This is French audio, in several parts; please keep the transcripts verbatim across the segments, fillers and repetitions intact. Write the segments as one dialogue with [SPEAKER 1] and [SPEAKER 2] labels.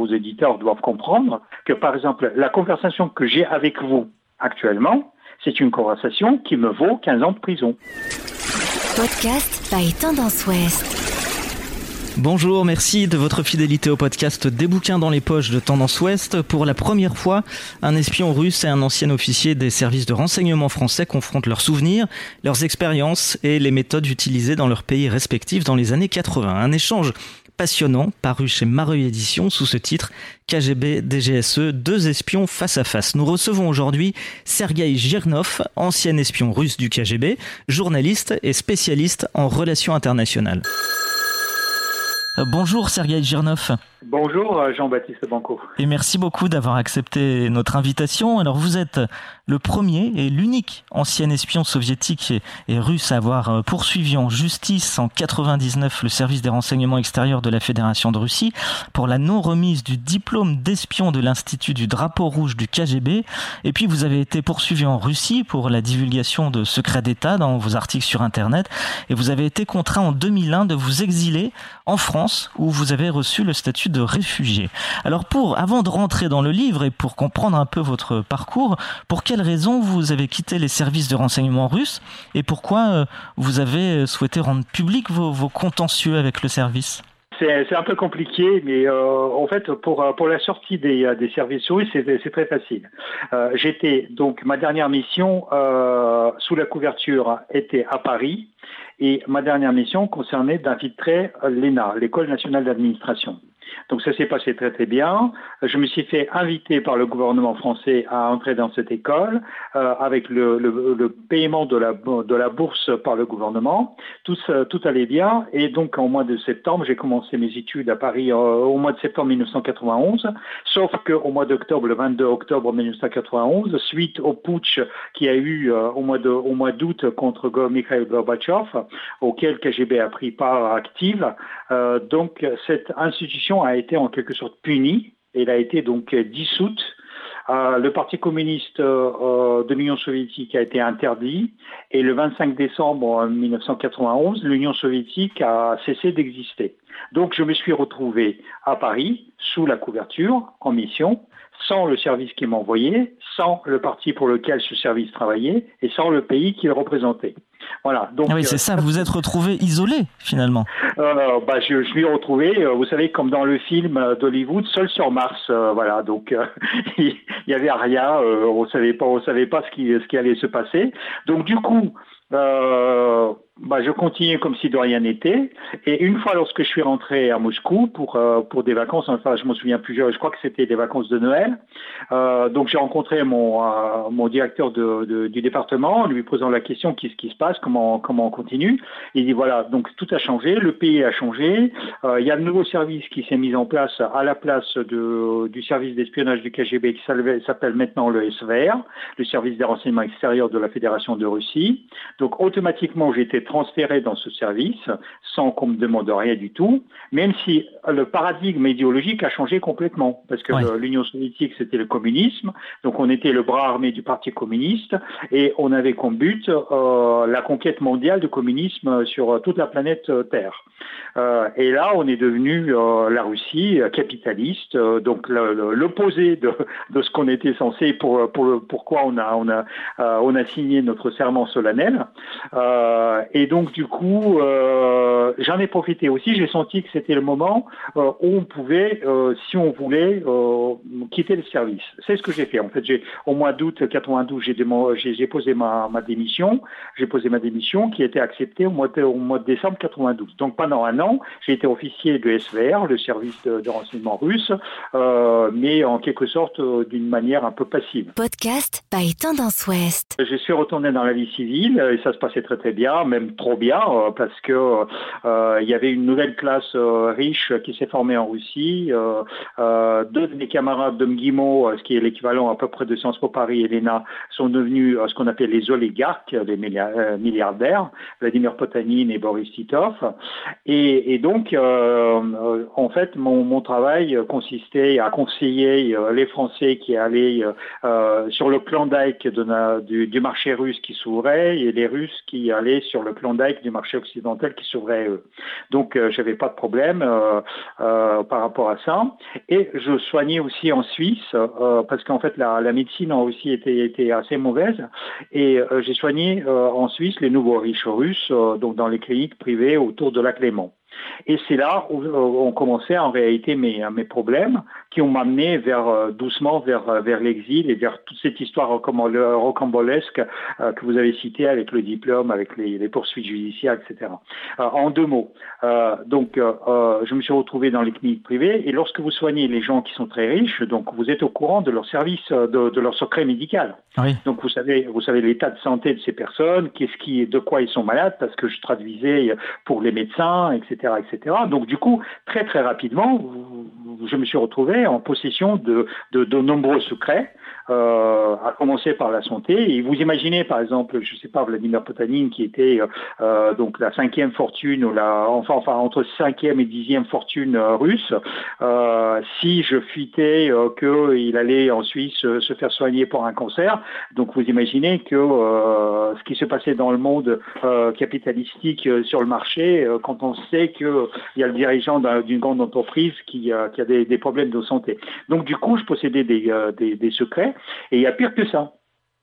[SPEAKER 1] vos éditeurs doivent comprendre que, par exemple, la conversation que j'ai avec vous actuellement, c'est une conversation qui me vaut quinze ans de prison.
[SPEAKER 2] Podcast by Tendance Ouest.
[SPEAKER 3] Bonjour, merci de votre fidélité au podcast Des bouquins dans les poches de Tendance Ouest. Pour la première fois, un espion russe et un ancien officier des services de renseignement français confrontent leurs souvenirs, leurs expériences et les méthodes utilisées dans leurs pays respectifs dans les années quatre-vingts. Un échange passionnant, paru chez Mareuil Éditions sous ce titre K G B D G S E, deux espions face à face. Nous recevons aujourd'hui Sergueï Girnov, ancien espion russe du K G B, journaliste et spécialiste en relations internationales. Euh, bonjour Sergueï Girnov.
[SPEAKER 1] Bonjour Jean-Baptiste Banco.
[SPEAKER 3] Et merci beaucoup d'avoir accepté notre invitation. Alors vous êtes le premier et l'unique ancien espion soviétique et, et russe à avoir poursuivi en justice en quatre-vingt-dix-neuf le service des renseignements extérieurs de la Fédération de Russie pour la non-remise du diplôme d'espion de l'Institut du Drapeau Rouge du K G B. Et puis vous avez été poursuivi en Russie pour la divulgation de secrets d'État dans vos articles sur Internet. Et vous avez été contraint en deux mille un de vous exiler en France où vous avez reçu le statut de réfugié. Alors pour, avant de rentrer dans le livre et pour comprendre un peu votre parcours, pour quelles raisons vous avez quitté les services de renseignement russes et pourquoi euh, vous avez souhaité rendre public vos, vos contentieux avec le service ?
[SPEAKER 1] C'est, c'est un peu compliqué, mais euh, en fait, pour pour la sortie des, des services russes, c'est, c'est très facile. Euh, j'étais donc ma dernière mission euh, sous la couverture était à Paris et ma dernière mission concernait d'infiltrer l'E N A, l'École nationale d'administration. Donc ça s'est passé très très bien. Je me suis fait inviter par le gouvernement français à entrer dans cette école euh, avec le, le, le paiement de la, de la bourse par le gouvernement. Tout, tout allait bien et donc au mois de septembre, j'ai commencé mes études à Paris euh, au mois de septembre mille neuf cent quatre-vingt-onze, sauf qu'au mois d'octobre, le vingt-deux octobre mille neuf cent quatre-vingt-onze, suite au putsch qu'il y a eu euh, au, mois de, au mois d'août contre Mikhail Gorbatchev, auquel le K G B a pris part active, euh, donc cette institution a été en quelque sorte punie. Elle a été donc dissoute. Euh, le Parti communiste euh, de l'Union soviétique a été interdit et le vingt-cinq décembre mille neuf cent quatre-vingt-onze, l'Union soviétique a cessé d'exister. Donc je me suis retrouvé à Paris sous la couverture en mission, sans le service qui m'envoyait, sans le parti pour lequel ce service travaillait et sans le pays qu'il représentait. Voilà. Donc,
[SPEAKER 3] ah oui, c'est ça, vous vous êtes retrouvé isolé finalement.
[SPEAKER 1] Euh, bah, je, je suis retrouvé, euh, vous savez, comme dans le film d'Hollywood, seul sur Mars. Euh, voilà, donc euh, il y avait rien, euh, on savait pas, on savait pas ce qui, ce qui allait se passer. Donc du coup, euh, bah, je continuais comme si de rien n'était. Et une fois, lorsque je suis rentré à Moscou pour euh, pour des vacances, enfin, je me souviens plus, je crois que c'était des vacances de Noël. Euh, donc j'ai rencontré mon euh, mon directeur de, de, du département, en lui posant la question qu'est-ce qui se passe, comment comment on continue. Il dit voilà, donc tout a changé, le pays a changé. Euh, il y a un nouveau service qui s'est mis en place à la place de du service d'espionnage du K G B qui s'appelle maintenant le S V R, le service des renseignements extérieurs de la Fédération de Russie. Donc automatiquement j'ai été transféré dans ce service sans qu'on me demande rien du tout, même si le paradigme idéologique a changé complètement, parce que ouais. le, l'Union soviétique c'était le communisme, donc on était le bras armé du Parti communiste et on avait comme but euh, la conquête mondiale du communisme sur toute la planète Terre. Euh, et là on est devenu euh, la Russie capitaliste, euh, donc le, le, l'opposé de, de ce qu'on était censé, pour, pour pourquoi on a on a euh, on a signé notre serment solennel. Euh, et donc du coup, euh, j'en ai profité aussi. J'ai senti que c'était le moment euh, où on pouvait, euh, si on voulait, euh, quitter le service. C'est ce que j'ai fait. En fait, j'ai au mois d'août quatre-vingt-douze, j'ai, démo, j'ai, j'ai posé ma, ma démission. J'ai posé ma démission qui a été acceptée au mois de, au mois de décembre quatre-vingt-douze. Donc pendant un an, j'ai été officier de S V R, le service de, de renseignement russe, euh, mais en quelque sorte euh, d'une manière un peu passive.
[SPEAKER 2] Podcast by Tendance Ouest.
[SPEAKER 1] Je suis retourné dans la vie civile et ça se passait très très bien, même trop bien, euh, parce que euh, il y avait une nouvelle classe euh, riche qui s'est formée en Russie. Euh, euh, deux de mes camarades de MGIMO, euh, ce qui est l'équivalent à peu près de Sciences Po Paris et l'E N A, sont devenus euh, ce qu'on appelle les oligarques, les milliardaires, Vladimir Potanin et Boris Titov. Et, et donc, euh, en fait, mon, mon travail consistait à conseiller euh, les Français qui allaient euh, sur le Klondike de, du, du marché russe qui s'ouvrait et les Russes qui allaient sur le le Klondike du marché occidental qui s'ouvrait à eux. Donc, euh, j'avais pas de problème euh, euh, par rapport à ça. Et je soignais aussi en Suisse euh, parce qu'en fait, la, la médecine en Russie était, était assez mauvaise. Et euh, j'ai soigné euh, en Suisse les nouveaux riches russes, euh, donc dans les cliniques privées autour de Lac Léman. Et c'est là où on commençait en réalité mes, mes problèmes qui ont m'amené vers doucement vers, vers l'exil et vers toute cette histoire rocambolesque euh, que vous avez citée avec le diplôme, avec les, les poursuites judiciaires, et cetera. Euh, en deux mots, euh, donc euh, je me suis retrouvé dans les cliniques privées et lorsque vous soignez les gens qui sont très riches, donc vous êtes au courant de leur service, de, de leur secret médical. Oui. Donc vous savez, vous savez l'état de santé de ces personnes, qu'est-ce qui, de quoi ils sont malades, parce que je traduisais pour les médecins, et cetera, et cetera. Donc du coup, très très rapidement, je me suis retrouvé en possession de, de, de nombreux secrets, euh, à commencer par la santé. Et vous imaginez, par exemple, je ne sais pas, Vladimir Potanin, qui était euh, donc la cinquième fortune, ou la, enfin, enfin entre cinquième et dixième fortune euh, russe, euh, si je fuitais euh, qu'il allait en Suisse euh, se faire soigner pour un cancer, donc vous imaginez que euh, ce qui se passait dans le monde euh, capitalistique euh, sur le marché, euh, quand on sait qu'il y a le dirigeant d'une grande entreprise qui, euh, qui a des, des problèmes de santé. Donc du coup, je possédais des, euh, des, des secrets. Et il y a pire que ça.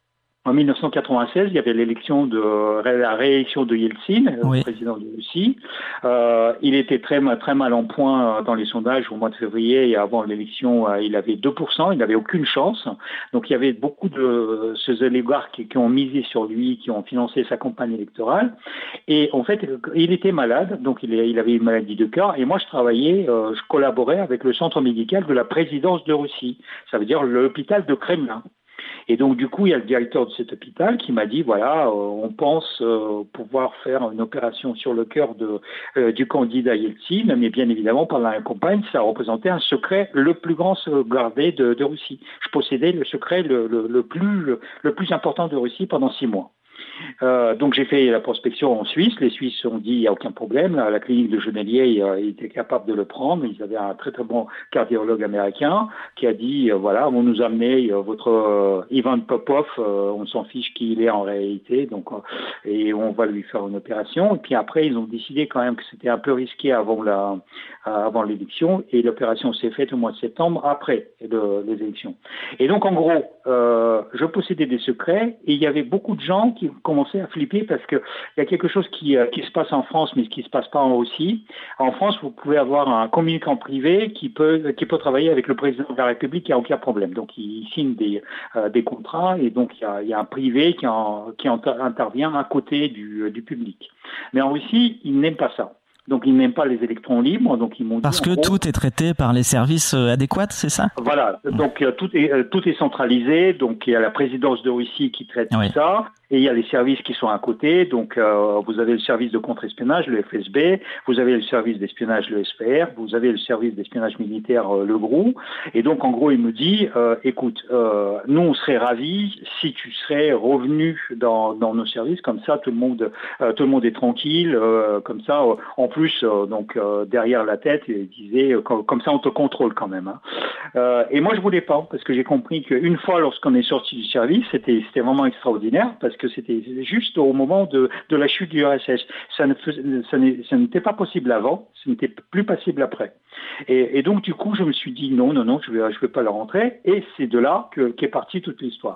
[SPEAKER 1] En mille neuf cent quatre-vingt-seize, il y avait l'élection de la réélection de Yeltsin, oui. président de Russie. Euh, il était très très mal en point dans les sondages au mois de février et avant l'élection, il avait deux pour cent, il n'avait aucune chance. Donc il y avait beaucoup de ces oligarques qui ont misé sur lui, qui ont financé sa campagne électorale. Et en fait, il était malade, donc il, il avait une maladie de cœur. Et moi, je travaillais, euh, je collaborais avec le centre médical de la présidence de Russie. Ça veut dire l'hôpital de Kremlin. Et donc, du coup, il y a le directeur de cet hôpital qui m'a dit, voilà, euh, on pense euh, pouvoir faire une opération sur le cœur de, euh, du candidat Yeltsin, mais bien évidemment, pendant la campagne, ça représentait un secret le plus grand gardé de, de Russie. Je possédais le secret le, le, le, plus, le, le plus important de Russie pendant six mois. Euh, donc j'ai fait la prospection en Suisse. Les Suisses ont dit il n'y a aucun problème. La, la clinique de Genelier euh, était capable de le prendre. Ils avaient un très très bon cardiologue américain qui a dit euh, voilà, on nous a amené euh, votre euh, Ivan Popov, euh, on s'en fiche qui il est en réalité, donc euh, et on va lui faire une opération. Et puis après ils ont décidé quand même que c'était un peu risqué avant la euh, avant l'élection et l'opération s'est faite au mois de septembre après le, les élections. Et donc en gros, euh, je possédais des secrets et il y avait beaucoup de gens qui commençaient à flipper parce que il y a quelque chose qui, euh, qui se passe en France mais qui se passe pas en Russie. En France, vous pouvez avoir un communicant privé qui peut qui peut travailler avec le président de la République, il n'y a aucun problème. Donc il signe des euh, des contrats et donc il y a, il y a un privé qui en, qui en, intervient à côté du, du public. Mais en Russie, ils n'aiment pas ça. Donc ils n'aiment pas les électrons libres, donc ils m'ont dit
[SPEAKER 3] parce que gros, tout est traité par les services adéquats, c'est ça?
[SPEAKER 1] Voilà, donc euh, tout est euh, tout est centralisé, donc il y a la présidence de Russie qui traite oui. tout ça, et il y a les services qui sont à côté, donc euh, vous avez le service de contre-espionnage, le F S B, vous avez le service d'espionnage, le S P R, vous avez le service d'espionnage militaire, euh, le G R U, et donc en gros il me dit, euh, écoute, euh, nous on serait ravis si tu serais revenu dans dans nos services, comme ça tout le monde euh, tout le monde est tranquille, euh, comme ça euh, en plus plus euh, donc euh, derrière la tête, il disait euh, comme, comme ça on te contrôle quand même. Hein. Euh, et moi je voulais pas parce que j'ai compris qu'une fois lorsqu'on est sorti du service, c'était c'était vraiment extraordinaire parce que c'était juste au moment de de la chute du R S S. Ça ne faisait, ça, ça n'était pas possible avant, ce n'était plus possible après. Et, et donc du coup je me suis dit non non non je vais je vais pas la rentrer et c'est de là que qu'est partie toute l'histoire.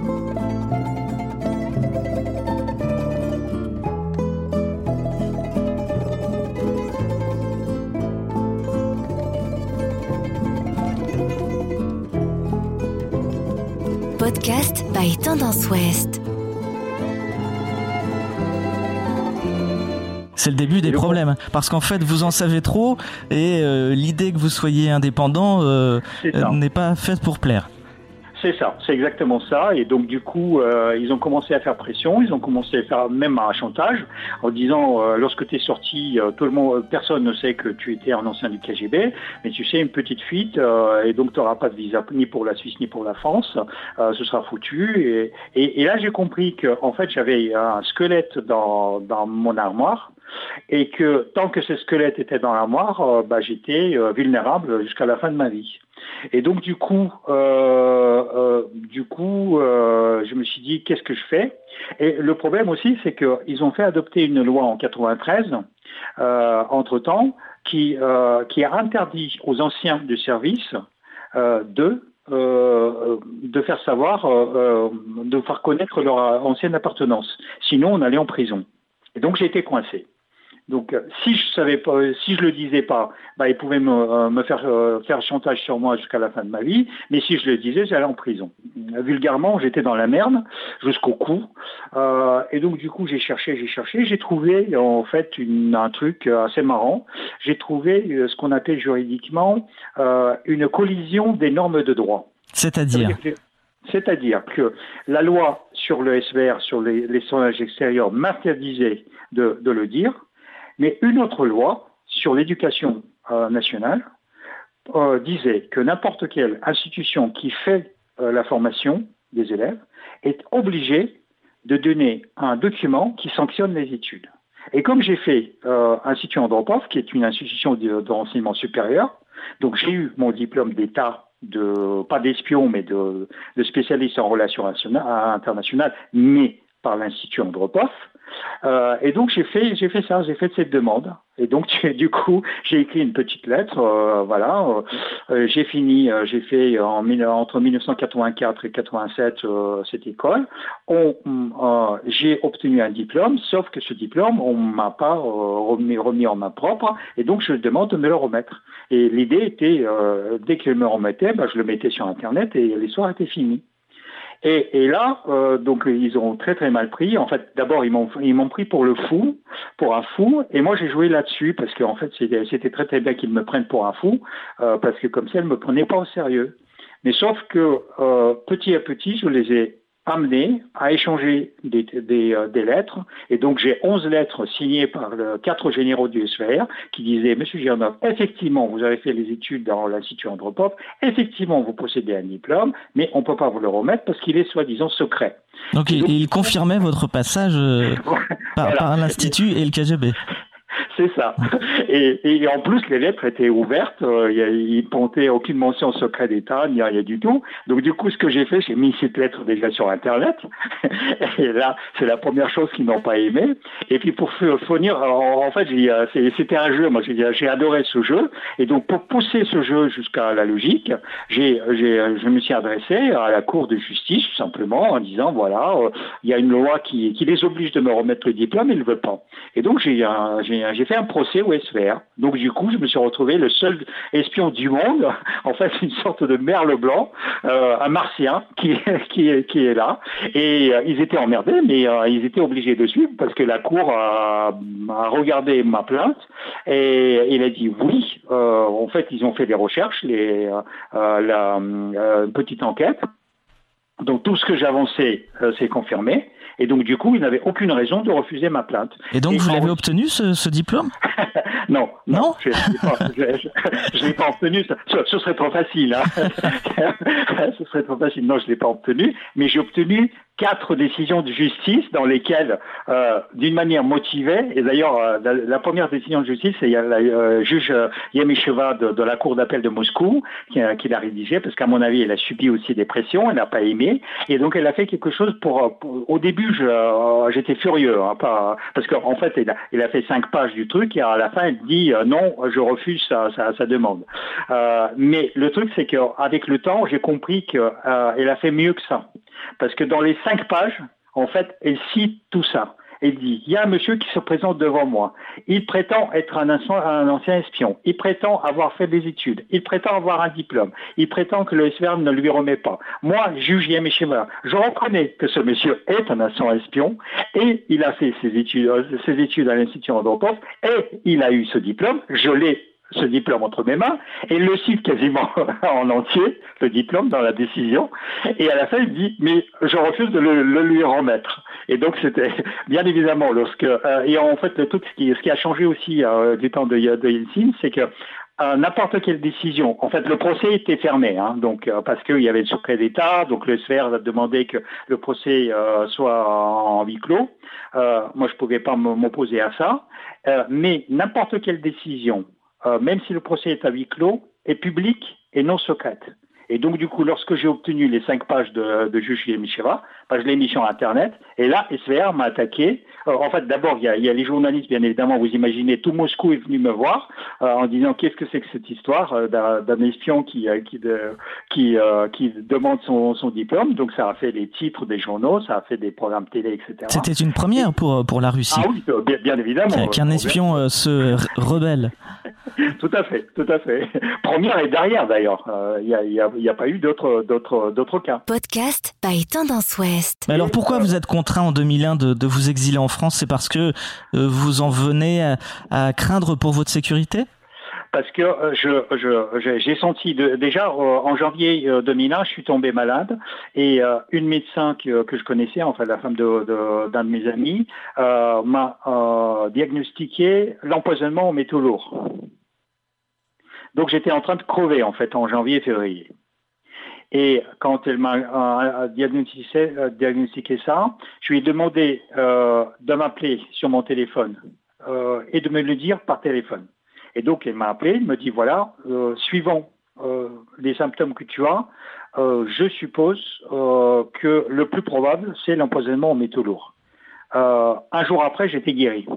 [SPEAKER 2] Podcast by Tendance Ouest.
[SPEAKER 3] C'est le début des problèmes, parce qu'en fait vous en savez trop et euh, l'idée que vous soyez indépendant euh, n'est pas faite pour plaire.
[SPEAKER 1] C'est ça, c'est exactement ça. Et donc du coup, euh, ils ont commencé à faire pression, ils ont commencé à faire même un chantage en disant euh, lorsque tu es sorti, euh, tout le monde, personne ne sait que tu étais un ancien du K G B, mais tu sais une petite fuite euh, et donc tu n'auras pas de visa ni pour la Suisse ni pour la France, euh, ce sera foutu. Et, et, et là j'ai compris que en fait j'avais un squelette dans, dans mon armoire. et que tant que ce squelette était dans l'armoire, euh, bah, j'étais euh, vulnérable jusqu'à la fin de ma vie. Et donc du coup, euh, euh, du coup, euh, je me suis dit qu'est-ce que je fais? Et le problème aussi, c'est qu'ils ont fait adopter une loi en quatre-vingt-treize, euh, entre-temps, qui, euh, qui a interdit aux anciens du service euh, de euh, de faire savoir, euh, de faire connaître leur ancienne appartenance. Sinon, on allait en prison. Et donc, j'ai été coincé. Donc, euh, si je savais pas, si je le disais pas, bah, ils pouvaient me, euh, me faire euh, faire chantage sur moi jusqu'à la fin de ma vie. Mais si je le disais, j'allais en prison. Euh, vulgairement, j'étais dans la merde jusqu'au cou. Euh, et donc, du coup, j'ai cherché, j'ai cherché, j'ai trouvé en fait une, un truc assez marrant. J'ai trouvé euh, ce qu'on appelle juridiquement euh, une collision des normes de droit.
[SPEAKER 3] C'est-à-dire
[SPEAKER 1] C'est-à-dire que la loi sur le S V R, sur les, les sondages extérieurs, m'interdisait de, de le dire. Mais une autre loi sur l'éducation euh, nationale euh, disait que n'importe quelle institution qui fait euh, la formation des élèves est obligée de donner un document qui sanctionne les études. Et comme j'ai fait euh, Institut Andropov, qui est une institution de, de renseignement supérieur, donc j'ai eu mon diplôme d'État, de pas d'espion, mais de, de spécialiste en relations internationales, mais par l'Institut Andropov. Euh, et donc j'ai fait, j'ai fait ça, j'ai fait cette demande. Et donc du coup, j'ai écrit une petite lettre. Euh, voilà, euh, j'ai fini, euh, j'ai fait en, entre mille neuf cent quatre-vingt-quatre et quatre-vingt-sept euh, cette école. On, euh, j'ai obtenu un diplôme, sauf que ce diplôme, on m'a pas euh, remis, remis en main propre. Et donc je demande de me le remettre. Et l'idée était, euh, dès que je me remettais, bah, je le mettais sur Internet et l'histoire était finie. Et, et là, euh, donc ils ont très très mal pris. En fait, d'abord ils m'ont ils m'ont pris pour le fou, pour un fou. Et moi j'ai joué là-dessus parce qu'en fait c'était c'était très très bien qu'ils me prennent pour un fou euh, parce que comme ça ils me prenaient pas au sérieux. Mais sauf que euh, petit à petit je les ai amenés à échanger des, des, euh, des lettres. Et donc, j'ai onze lettres signées par le, quatre généraux du S V R qui disaient, Monsieur Girnov, effectivement, vous avez fait les études dans l'Institut Andropov, effectivement, vous possédez un diplôme, mais on ne peut pas vous le remettre parce qu'il est soi-disant secret.
[SPEAKER 3] Donc, donc il confirmait votre passage euh, par, voilà. par l'Institut et le K G B.
[SPEAKER 1] C'est ça. Et, et en plus, les lettres étaient ouvertes. Euh, il ne comptait aucune mention secret d'État, ni rien du tout. Donc, du coup, ce que j'ai fait, j'ai mis cette lettre déjà sur Internet. Et là, c'est la première chose qu'ils n'ont pas aimé. Et puis, pour fournir, en, en fait, c'était un jeu. Moi, j'ai, j'ai adoré ce jeu. Et donc, pour pousser ce jeu jusqu'à la logique, j'ai, j'ai, je me suis adressé à la Cour de justice, tout simplement, en disant, voilà, euh, il y a une loi qui, qui les oblige de me remettre le diplôme, ils ne le veulent pas. Et donc, j'ai, un, j'ai, j'ai fait un procès au S V R. Donc du coup, je me suis retrouvé le seul espion du monde, en fait une sorte de merle blanc, euh, un martien qui, qui, est, qui est là. Et euh, ils étaient emmerdés, mais euh, ils étaient obligés de suivre parce que la Cour a, a regardé ma plainte et il a dit oui. Euh, en fait, ils ont fait des recherches, les, euh, la euh, petite enquête. Donc tout ce que j'avançais euh, s'est confirmé. Et donc, du coup, il n'avait aucune raison de refuser ma plainte.
[SPEAKER 3] Et donc,
[SPEAKER 1] et
[SPEAKER 3] vous
[SPEAKER 1] quand...
[SPEAKER 3] l'avez obtenu, ce, ce diplôme?
[SPEAKER 1] Non, non,
[SPEAKER 3] non
[SPEAKER 1] je ne l'ai pas obtenu. Ce, ce serait trop facile. Hein. Ce serait trop facile. Non, je ne l'ai pas obtenu. Mais j'ai obtenu quatre décisions de justice dans lesquelles, euh, d'une manière motivée, et d'ailleurs, euh, la, la première décision de justice, c'est il y a la euh, juge euh, Yemicheva de, de la Cour d'appel de Moscou qui, euh, qui l'a rédigée, parce qu'à mon avis, elle a subi aussi des pressions, elle n'a pas aimé, et donc elle a fait quelque chose pour... pour au début, je, euh, j'étais furieux, hein, pas, parce qu'en en fait, elle a, elle a fait cinq pages du truc, et à la fin, elle dit euh, non, je refuse sa, sa, sa demande. Euh, mais le truc, c'est qu'avec le temps, j'ai compris qu'elle euh, a fait mieux que ça. Parce que dans les cinq pages, en fait, elle cite tout ça. Elle dit, il y a un monsieur qui se présente devant moi. Il prétend être un ancien, un ancien espion. Il prétend avoir fait des études. Il prétend avoir un diplôme. Il prétend que le S V R ne lui remet pas. Moi, juge Yemicheva, je reconnais que ce monsieur est un ancien espion et il a fait ses études, ses études à l'Institut Andropov et il a eu ce diplôme. Je l'ai ce diplôme entre mes mains, et il le cite quasiment en entier, le diplôme, dans la décision, et à la fin, il dit, mais je refuse de le, le lui remettre. Et donc, c'était, bien évidemment, lorsque, euh, et en fait, le truc, ce qui, ce qui a changé aussi euh, du temps de, de Yeltsin, c'est que Euh, n'importe quelle décision. En fait, le procès était fermé, hein, donc euh, parce qu'il y avait le secret d'État, donc le S V R a demandé que le procès euh, soit en huis clos. Euh, moi, je pouvais pas m'opposer à ça. Euh, mais n'importe quelle décision, euh, même si le procès est à huis clos, est publique et non secrète. Et donc, du coup, lorsque j'ai obtenu les cinq pages de, de juge Yemicheva, bah, je l'ai mis sur Internet. Et là, S V R m'a attaqué. Euh, en fait, d'abord, il y a, il y a les journalistes, bien évidemment, vous imaginez, tout Moscou est venu me voir euh, en disant qu'est-ce que c'est que cette histoire euh, d'un, d'un espion qui, euh, qui, de, qui, euh, qui demande son, son diplôme. Donc, ça a fait les titres des journaux, ça a fait des programmes télé, et cetera.
[SPEAKER 3] C'était une première pour, pour la Russie.
[SPEAKER 1] Ah oui, bien, bien évidemment.
[SPEAKER 3] Qu'un, qu'un espion euh, se rebelle.
[SPEAKER 1] Tout à fait, tout à fait. Première et derrière, d'ailleurs. Il euh, n'y a, y a, y a pas eu d'autres, d'autres, d'autres cas.
[SPEAKER 2] Podcast by Tendance Ouest.
[SPEAKER 3] Mais alors pourquoi vous êtes contraint en deux mille un de, de vous exiler en France? C'est parce que euh, vous en venez à, à craindre pour votre sécurité?
[SPEAKER 1] Parce que euh, je, je, j'ai senti de, déjà euh, en janvier deux mille un, je suis tombé malade et euh, une médecin que, que je connaissais, enfin la femme de, de, d'un de mes amis, euh, m'a euh, diagnostiqué l'empoisonnement aux métaux lourds. Donc j'étais en train de crever en fait en janvier et février. Et quand elle m'a euh, diagnostiqué, euh, diagnostiqué ça, je lui ai demandé euh, de m'appeler sur mon téléphone euh, et de me le dire par téléphone. Et donc elle m'a appelé, elle me dit voilà, euh, suivant euh, les symptômes que tu as, euh, je suppose euh, que le plus probable c'est l'empoisonnement aux métaux lourds. Euh, un jour après, j'étais guéri.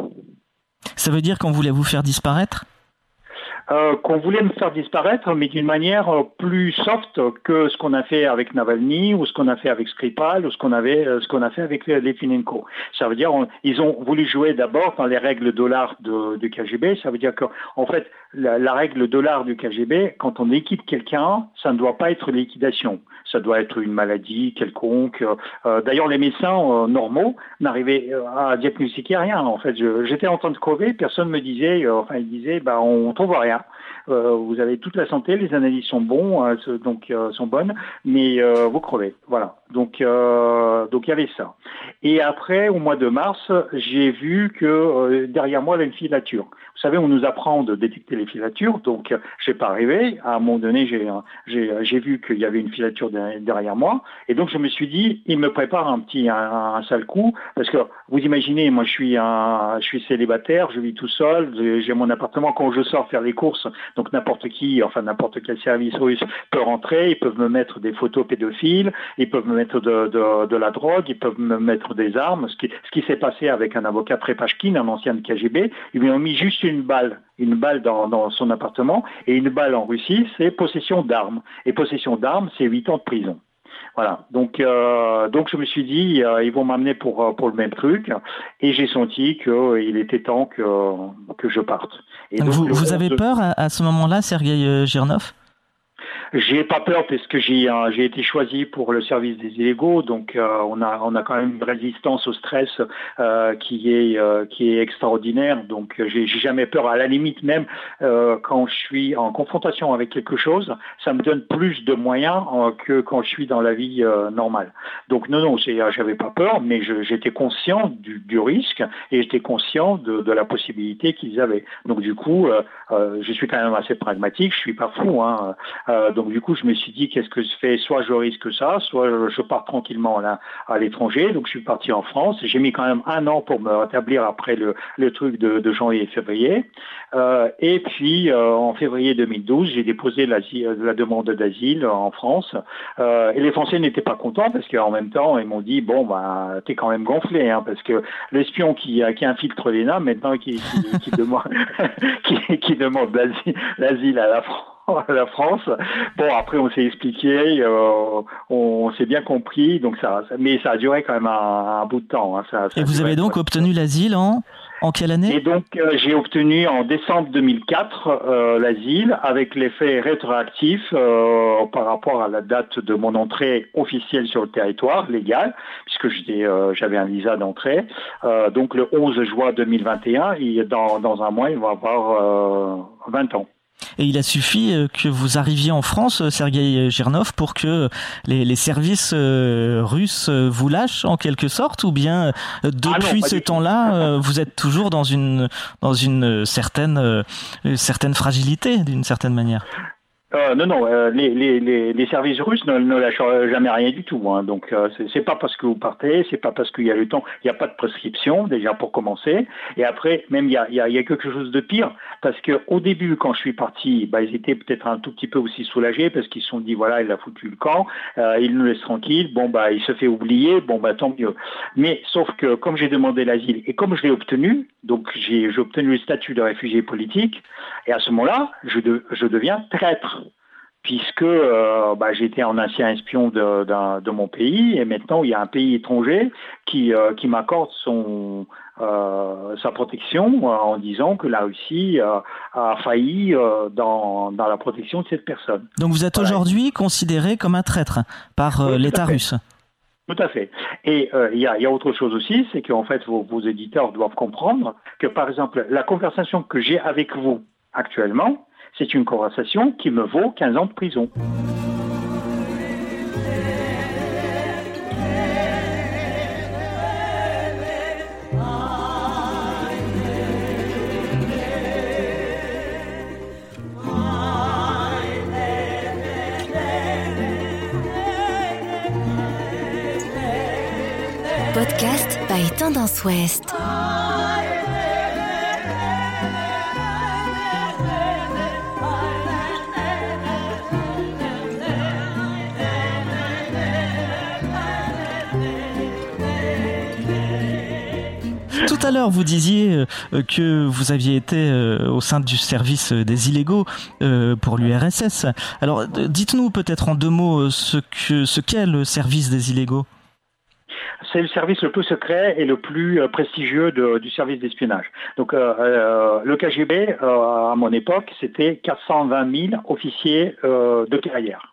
[SPEAKER 3] Ça veut dire qu'on voulait vous faire disparaître ?
[SPEAKER 1] Euh, qu'on voulait me faire disparaître, mais d'une manière plus soft que ce qu'on a fait avec Navalny ou ce qu'on a fait avec Skripal ou ce qu'on avait, ce qu'on a fait avec Litvinenko. Ça veut dire, on, ils ont voulu jouer d'abord dans les règles dollars de, du K G B. Ça veut dire que, en fait, la, la règle dollar du K G B, quand on liquide quelqu'un, ça ne doit pas être liquidation. Ça doit être une maladie quelconque. Euh, d'ailleurs, les médecins euh, normaux n'arrivaient à diagnostiquer rien. En fait, je, j'étais en train de crever, personne me disait, euh, enfin, ils disaient, bah, on trouve rien. Euh, vous avez toute la santé, les analyses sont bons, euh, donc euh, sont bonnes, mais euh, vous crevez. Voilà. Donc, euh, donc il y avait ça. Et après, au mois de mars, j'ai vu que euh, derrière moi, il y avait une filature. Vous savez, on nous apprend de détecter les filatures, donc euh, je n'ai pas arrivé. À un moment donné, j'ai, j'ai, j'ai vu qu'il y avait une filature derrière moi, et donc je me suis dit, il me prépare un petit, un, un sale coup, parce que vous imaginez, moi je suis un, je suis célibataire, je vis tout seul, j'ai mon appartement. Quand je sors faire les courses, donc n'importe qui, enfin n'importe quel service russe peut rentrer, ils peuvent me mettre des photos pédophiles, ils peuvent me mettre de, de, de la drogue, ils peuvent me mettre des armes. Ce qui, ce qui s'est passé avec un avocat Trepashkin, un ancien de K G B, ils lui ont mis juste une balle, une balle dans, dans son appartement, et une balle en Russie, c'est possession d'armes. Et possession d'armes, c'est huit ans de prison. Voilà, donc euh, donc je me suis dit euh, ils vont m'amener pour pour le même truc, et j'ai senti que euh, il était temps que que je parte. Et donc,
[SPEAKER 3] vous
[SPEAKER 1] le,
[SPEAKER 3] vous avez
[SPEAKER 1] de...
[SPEAKER 3] peur à, à ce moment-là, Sergueï Girnov?
[SPEAKER 1] J'ai pas peur parce que j'ai euh, j'ai été choisi pour le service des illégaux, donc euh, on a on a quand même une résistance au stress euh, qui est euh, qui est extraordinaire. Donc j'ai, j'ai jamais peur. À la limite même euh, quand je suis en confrontation avec quelque chose, ça me donne plus de moyens euh, que quand je suis dans la vie euh, normale. Donc non non, c'est, j'avais pas peur, mais je, j'étais conscient du, du risque et j'étais conscient de, de la possibilité qu'ils avaient. Donc du coup, euh, euh, je suis quand même assez pragmatique. Je suis pas fou, hein. Euh, donc du coup, je me suis dit, qu'est-ce que je fais? Soit je risque ça, soit je pars tranquillement là, à l'étranger. Donc je suis parti en France. J'ai mis quand même un an pour me rétablir après le, le truc de, de janvier et février. Euh, et puis euh, en février deux mille douze, j'ai déposé la, la demande d'asile en France. Euh, et les Français n'étaient pas contents parce qu'en même temps, ils m'ont dit, bon, bah, t'es quand même gonflé, hein, parce que l'espion qui, qui infiltre l'E N A, maintenant, qui, qui, qui demande, qui, qui demande l'asile, l'asile à la France. la France. Bon, après, on s'est expliqué, euh, on s'est bien compris, donc ça, ça, mais ça a duré quand même un, un bout de temps. Hein, ça, ça
[SPEAKER 3] Et vous avez donc obtenu l'asile en, en quelle année?
[SPEAKER 1] Et donc, euh, j'ai obtenu en décembre deux mille quatre euh, l'asile avec l'effet rétroactif euh, par rapport à la date de mon entrée officielle sur le territoire légal, puisque j'étais, euh, j'avais un visa d'entrée. Euh, donc, le onze juin deux mille vingt et un, et dans, dans un mois, il va avoir euh, vingt ans.
[SPEAKER 3] Et il a suffi que vous arriviez en France, Sergueï Girnov, pour que les, les services russes vous lâchent en quelque sorte, ou bien depuis ah non, ce temps-là, vous êtes toujours dans une dans une certaine une certaine fragilité, d'une certaine manière?
[SPEAKER 1] Euh, non, non, euh, les, les, les, les services russes ne, ne lâchent jamais rien du tout. Hein. Donc, euh, c'est, c'est pas parce que vous partez, c'est pas parce qu'il y a le temps, il n'y a pas de prescription, déjà pour commencer. Et après, même, il y a, il y a, il y a quelque chose de pire, parce que au début, quand je suis parti, bah, ils étaient peut-être un tout petit peu aussi soulagés, parce qu'ils se sont dit, voilà, il a foutu le camp, euh, il nous laisse tranquille, bon, bah, il se fait oublier, bon, bah, tant mieux. Mais, sauf que, comme j'ai demandé l'asile, et comme je l'ai obtenu, donc j'ai, j'ai obtenu le statut de réfugié politique, et à ce moment-là, je, de, je deviens traître. Puisque euh, bah, j'étais un ancien espion de, de, de mon pays, et maintenant il y a un pays étranger qui, euh, qui m'accorde son, euh, sa protection euh, en disant que la Russie euh, a failli euh, dans, dans la protection de cette personne.
[SPEAKER 3] Donc vous êtes voilà. Aujourd'hui considéré comme un traître par euh, oui, l'État russe.
[SPEAKER 1] Tout à fait. Et il euh, y, a, y a autre chose aussi, c'est qu'en fait vos, vos éditeurs doivent comprendre que par exemple la conversation que j'ai avec vous actuellement, c'est une conversation qui me vaut quinze ans de prison.
[SPEAKER 2] Podcast by Tendance Ouest.
[SPEAKER 3] Tout à l'heure, vous disiez que vous aviez été au sein du service des illégaux pour l'U R S S. Alors, dites-nous peut-être en deux mots ce que ce qu'est le service des illégaux.
[SPEAKER 1] C'est le service le plus secret et le plus prestigieux de, du service d'espionnage. Donc, euh, euh, le K G B, euh, à mon époque, c'était quatre cent vingt mille officiers euh, de carrière.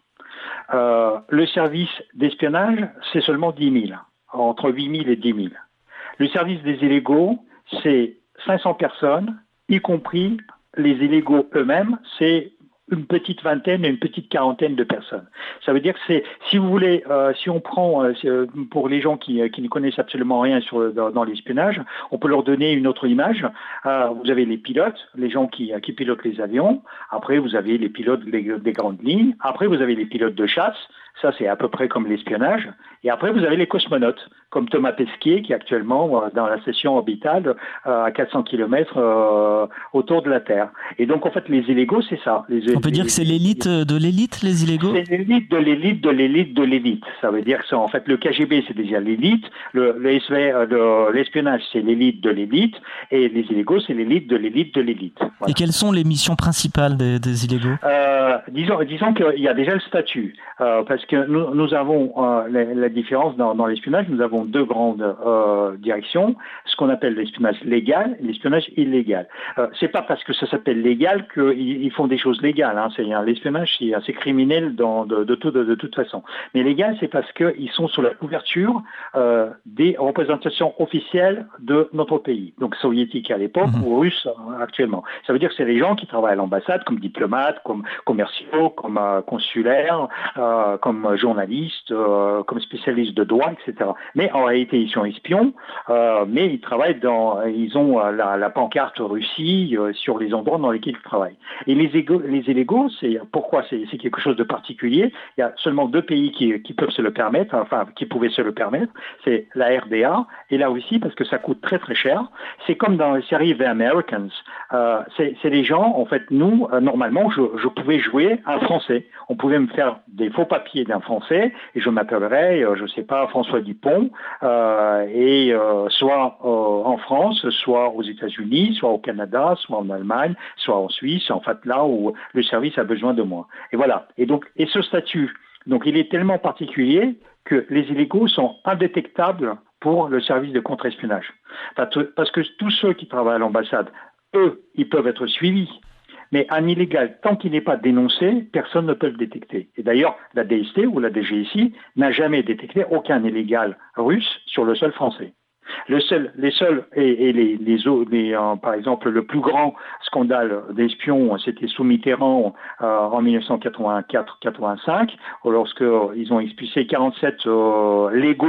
[SPEAKER 1] Euh, le service d'espionnage, c'est seulement dix mille, entre huit mille et dix mille. Le service des illégaux, c'est cinq cents personnes, y compris les illégaux eux-mêmes, c'est une petite vingtaine et une petite quarantaine de personnes. Ça veut dire que c'est, si vous voulez, euh, si on prend, euh, pour les gens qui, qui ne connaissent absolument rien sur, dans, dans l'espionnage, on peut leur donner une autre image. Euh, vous avez les pilotes, les gens qui, qui pilotent les avions. Après, vous avez les pilotes des, des grandes lignes. Après, vous avez les pilotes de chasse. Ça, c'est à peu près comme l'espionnage. Et après, vous avez les cosmonautes, comme Thomas Pesquet, qui est actuellement euh, dans la station orbitale euh, à quatre cents kilomètres euh, autour de la Terre. Et donc, en fait, les illégaux, c'est ça. Les,
[SPEAKER 3] On peut
[SPEAKER 1] les,
[SPEAKER 3] dire que c'est l'élite de l'élite, les illégaux ?
[SPEAKER 1] C'est l'élite de l'élite de l'élite de l'élite. Ça veut dire que c'est, en fait, le K G B, c'est déjà l'élite. Le, le S V, le, l'espionnage, c'est l'élite de l'élite. Et les illégaux, c'est l'élite de l'élite de l'élite.
[SPEAKER 3] Voilà. Et quelles sont les missions principales des, des illégaux ?
[SPEAKER 1] euh, disons, disons qu'il y a déjà le statut. Euh, parce que nous, nous avons euh, la, la différence dans, dans l'espionnage, nous avons deux grandes euh, directions, ce qu'on appelle l'espionnage légal et l'espionnage illégal. Euh, c'est pas parce que ça s'appelle légal qu'ils ils font des choses légales. Hein. C'est, hein, l'espionnage, c'est assez criminel dans, de, de, tout, de, de toute façon. Mais légal, c'est parce qu'ils sont sous la couverture euh, des représentations officielles de notre pays, donc soviétique à l'époque mmh. ou russe actuellement. Ça veut dire que c'est les gens qui travaillent à l'ambassade comme diplomates, comme commerciaux, comme euh, consulaires, euh, comme journalistes, euh, comme spécialistes de droit, et cetera. Mais en réalité, ils sont espions, euh, mais ils travaillent dans, ils ont euh, la, la pancarte Russie euh, sur les endroits dans lesquels ils travaillent. Et les, égo, les illégaux, c'est pourquoi c'est, c'est quelque chose de particulier. Il y a seulement deux pays qui, qui peuvent se le permettre, enfin qui pouvaient se le permettre, c'est la R D A et la Russie parce que ça coûte très très cher. C'est comme dans la série The Americans. Euh, c'est, c'est les gens, en fait, nous, euh, normalement, je, je pouvais jouer un Français. On pouvait me faire des faux papiers d'un Français et je m'appellerais, euh, je sais pas, François Dupont, euh, et euh, soit euh, en France, soit aux États-Unis, soit au Canada, soit en Allemagne, soit en Suisse, en fait là où le service a besoin de moi. Et voilà. Et donc, et ce statut, donc il est tellement particulier que les illégaux sont indétectables pour le service de contre-espionnage. Parce que tous ceux qui travaillent à l'ambassade, eux, ils peuvent être suivis. Mais un illégal, tant qu'il n'est pas dénoncé, personne ne peut le détecter. Et d'ailleurs, la D S T ou la D G S I n'a jamais détecté aucun illégal russe sur le sol français. Le seul, les seuls et, et les, les, les euh, par exemple, le plus grand scandale d'espions, c'était sous Mitterrand euh, en dix-neuf cent quatre-vingt-quatre quatre-vingt-cinq, lorsque euh, ils ont expulsé quarante-sept euh, légaux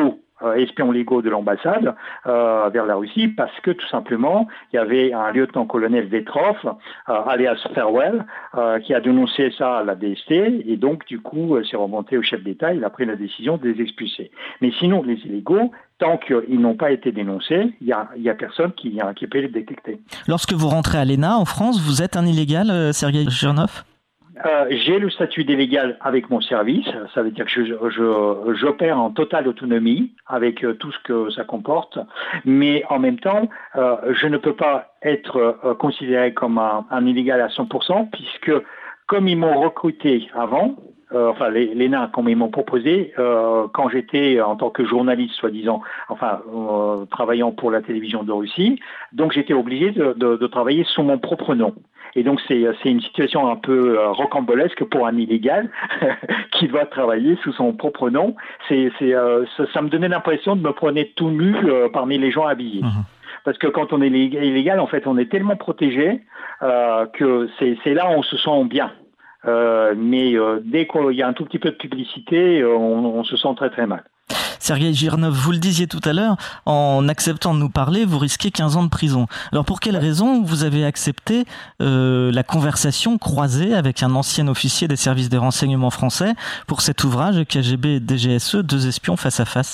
[SPEAKER 1] euh, espions légaux de l'ambassade euh, vers la Russie parce que tout simplement, il y avait un lieutenant-colonel Vetrov, euh, alias Farewell, euh, qui a dénoncé ça à la D S T et donc du coup, euh, c'est remonté au chef d'État, il a pris la décision de les expulser. Mais sinon, les illégaux, tant qu'ils n'ont pas été dénoncés, il n'y a, y a personne qui, qui peut les détecter.
[SPEAKER 3] Lorsque vous rentrez à l'E N A en France, vous êtes un illégal, euh, Sergueï Girnov ?
[SPEAKER 1] Euh, j'ai le statut d'illégal avec mon service, ça veut dire que je, je, j'opère en totale autonomie avec euh, tout ce que ça comporte, mais en même temps, euh, je ne peux pas être euh, considéré comme un, un illégal à cent pour cent puisque comme ils m'ont recruté avant, euh, enfin l'E N A comme ils m'ont proposé, euh, quand j'étais en tant que journaliste soi-disant, enfin euh, travaillant pour la télévision de Russie, donc j'étais obligé de, de, de travailler sous mon propre nom. Et donc c'est c'est une situation un peu euh, rocambolesque pour un illégal qui doit travailler sous son propre nom. C'est c'est euh, ça, ça me donnait l'impression de me prendre tout nu euh, parmi les gens habillés. Mmh. Parce que quand on est illégal, en fait, on est tellement protégé euh, que c'est c'est là où on se sent bien. Euh, mais euh, dès qu'il y a un tout petit peu de publicité, euh, on, on se sent très très mal.
[SPEAKER 3] Sergueï Girnov, vous le disiez tout à l'heure, en acceptant de nous parler, vous risquez quinze ans de prison. Alors pour quelle raison vous avez accepté euh, la conversation croisée avec un ancien officier des services de renseignement français pour cet ouvrage K G B et D G S E, deux espions face à face ?